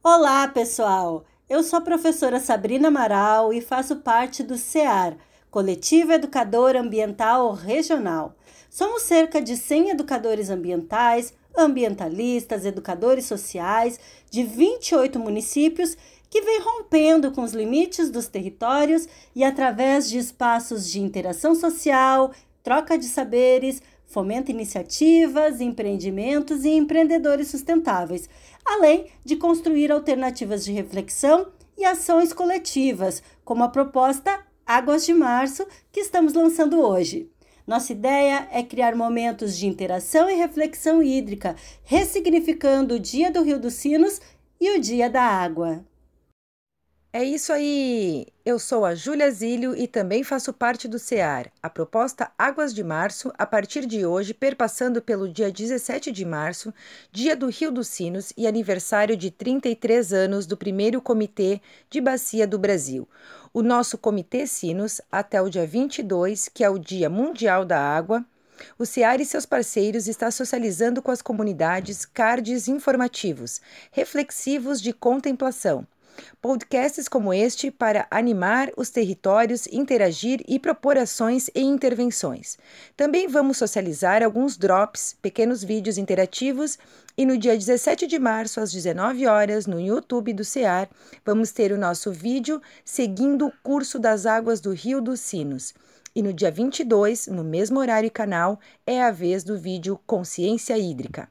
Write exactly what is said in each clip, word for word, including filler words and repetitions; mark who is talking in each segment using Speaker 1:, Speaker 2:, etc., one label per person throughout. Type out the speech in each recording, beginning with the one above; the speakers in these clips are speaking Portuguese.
Speaker 1: Olá, pessoal! Eu sou a professora Sabrina Amaral e faço parte do CEAR, Coletivo Educador Ambiental Regional. Somos cerca de cem educadores ambientais, ambientalistas, educadores sociais de vinte e oito municípios que vem rompendo com os limites dos territórios e através de espaços de interação social, troca de saberes, fomenta iniciativas, empreendimentos e empreendedores sustentáveis, além de construir alternativas de reflexão e ações coletivas, como a proposta Águas de Março, que estamos lançando hoje. Nossa ideia é criar momentos de interação e reflexão hídrica, ressignificando o Dia do Rio dos Sinos e o Dia da Água.
Speaker 2: É isso aí! Eu sou a Júlia Zílio e também faço parte do CEAR, a proposta Águas de Março, a partir de hoje, perpassando pelo dia dezessete de março, dia do Rio dos Sinos e aniversário de trinta e três anos do primeiro Comitê de Bacia do Brasil. O nosso Comitê Sinos, até o dia vinte e dois, que é o Dia Mundial da Água, o CEAR e seus parceiros está socializando com as comunidades cards informativos, reflexivos de contemplação. Podcasts como este para animar os territórios, interagir e propor ações e intervenções. Também vamos socializar alguns drops, pequenos vídeos interativos, e no dia dezessete de março, às dezenove horas, no YouTube do CEAR, vamos ter o nosso vídeo seguindo o curso das águas do Rio dos Sinos. E no dia vinte e dois, no mesmo horário e canal, é a vez do vídeo Consciência Hídrica.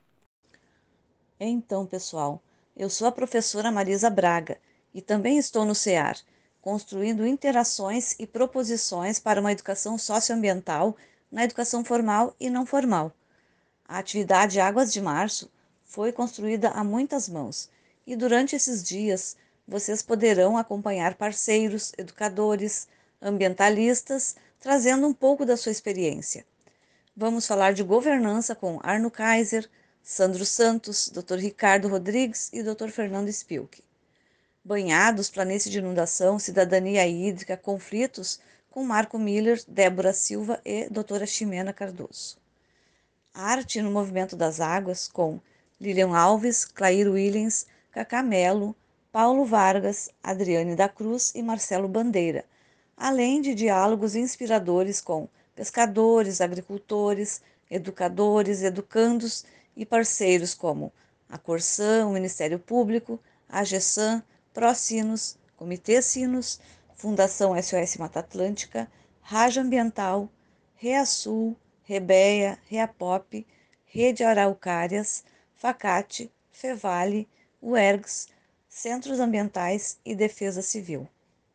Speaker 3: Então, pessoal, eu sou a professora Marisa Braga e também estou no CEAR, construindo interações e proposições para uma educação socioambiental na educação formal e não formal. A atividade Águas de Março foi construída a muitas mãos e durante esses dias vocês poderão acompanhar parceiros, educadores, ambientalistas, trazendo um pouco da sua experiência. Vamos falar de governança com Arno Kaiser, Sandro Santos, doutor Ricardo Rodrigues e doutor Fernando Spilk. Banhados, planície de inundação, cidadania hídrica, conflitos, com Marco Miller, Débora Silva e doutora Ximena Cardoso. Arte no movimento das águas, com Lilian Alves, Clair Williams, Cacá Melo, Paulo Vargas, Adriane da Cruz e Marcelo Bandeira, além de diálogos inspiradores com pescadores, agricultores, educadores, educandos e parceiros como a Corsã, o Ministério Público, a GESAM, ProSinos, Comitê Sinos, Fundação S O S Mata Atlântica, Raja Ambiental, ReaSul, Rebeia, Reapop, Rede Araucárias, Facate, Fevale, UERGS, Centros Ambientais e Defesa Civil.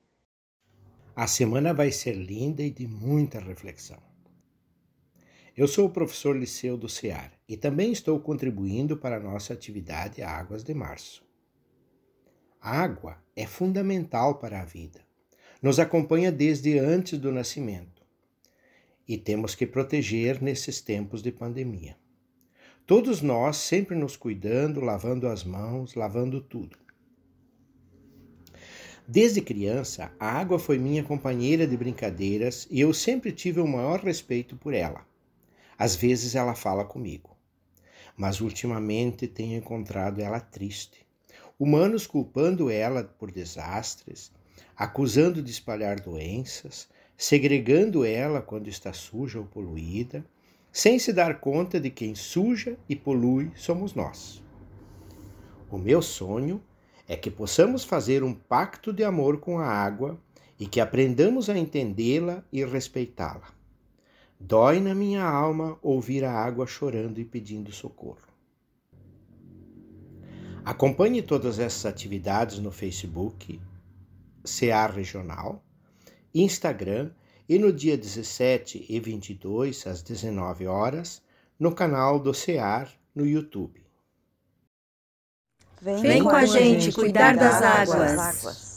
Speaker 4: A semana vai ser linda e de muita reflexão. Eu sou o professor Liceu do CEAR e também estou contribuindo para a nossa atividade Águas de Março. A água é fundamental para a vida. Nos acompanha desde antes do nascimento e temos que proteger nesses tempos de pandemia. Todos nós sempre nos cuidando, lavando as mãos, lavando tudo. Desde criança, a água foi minha companheira de brincadeiras e eu sempre tive o maior respeito por ela. Às vezes ela fala comigo, mas ultimamente tenho encontrado ela triste. Humanos culpando ela por desastres, acusando de espalhar doenças, segregando ela quando está suja ou poluída, sem se dar conta de quem suja e polui somos nós. O meu sonho é que possamos fazer um pacto de amor com a água e que aprendamos a entendê-la e respeitá-la. Dói na minha alma ouvir a água chorando e pedindo socorro. Acompanhe todas essas atividades no Facebook, CEAR Regional, Instagram e no dia dezessete e vinte e dois, às dezenove horas, no canal do CEAR no YouTube.
Speaker 1: Vem, Vem com a gente cuidar das águas.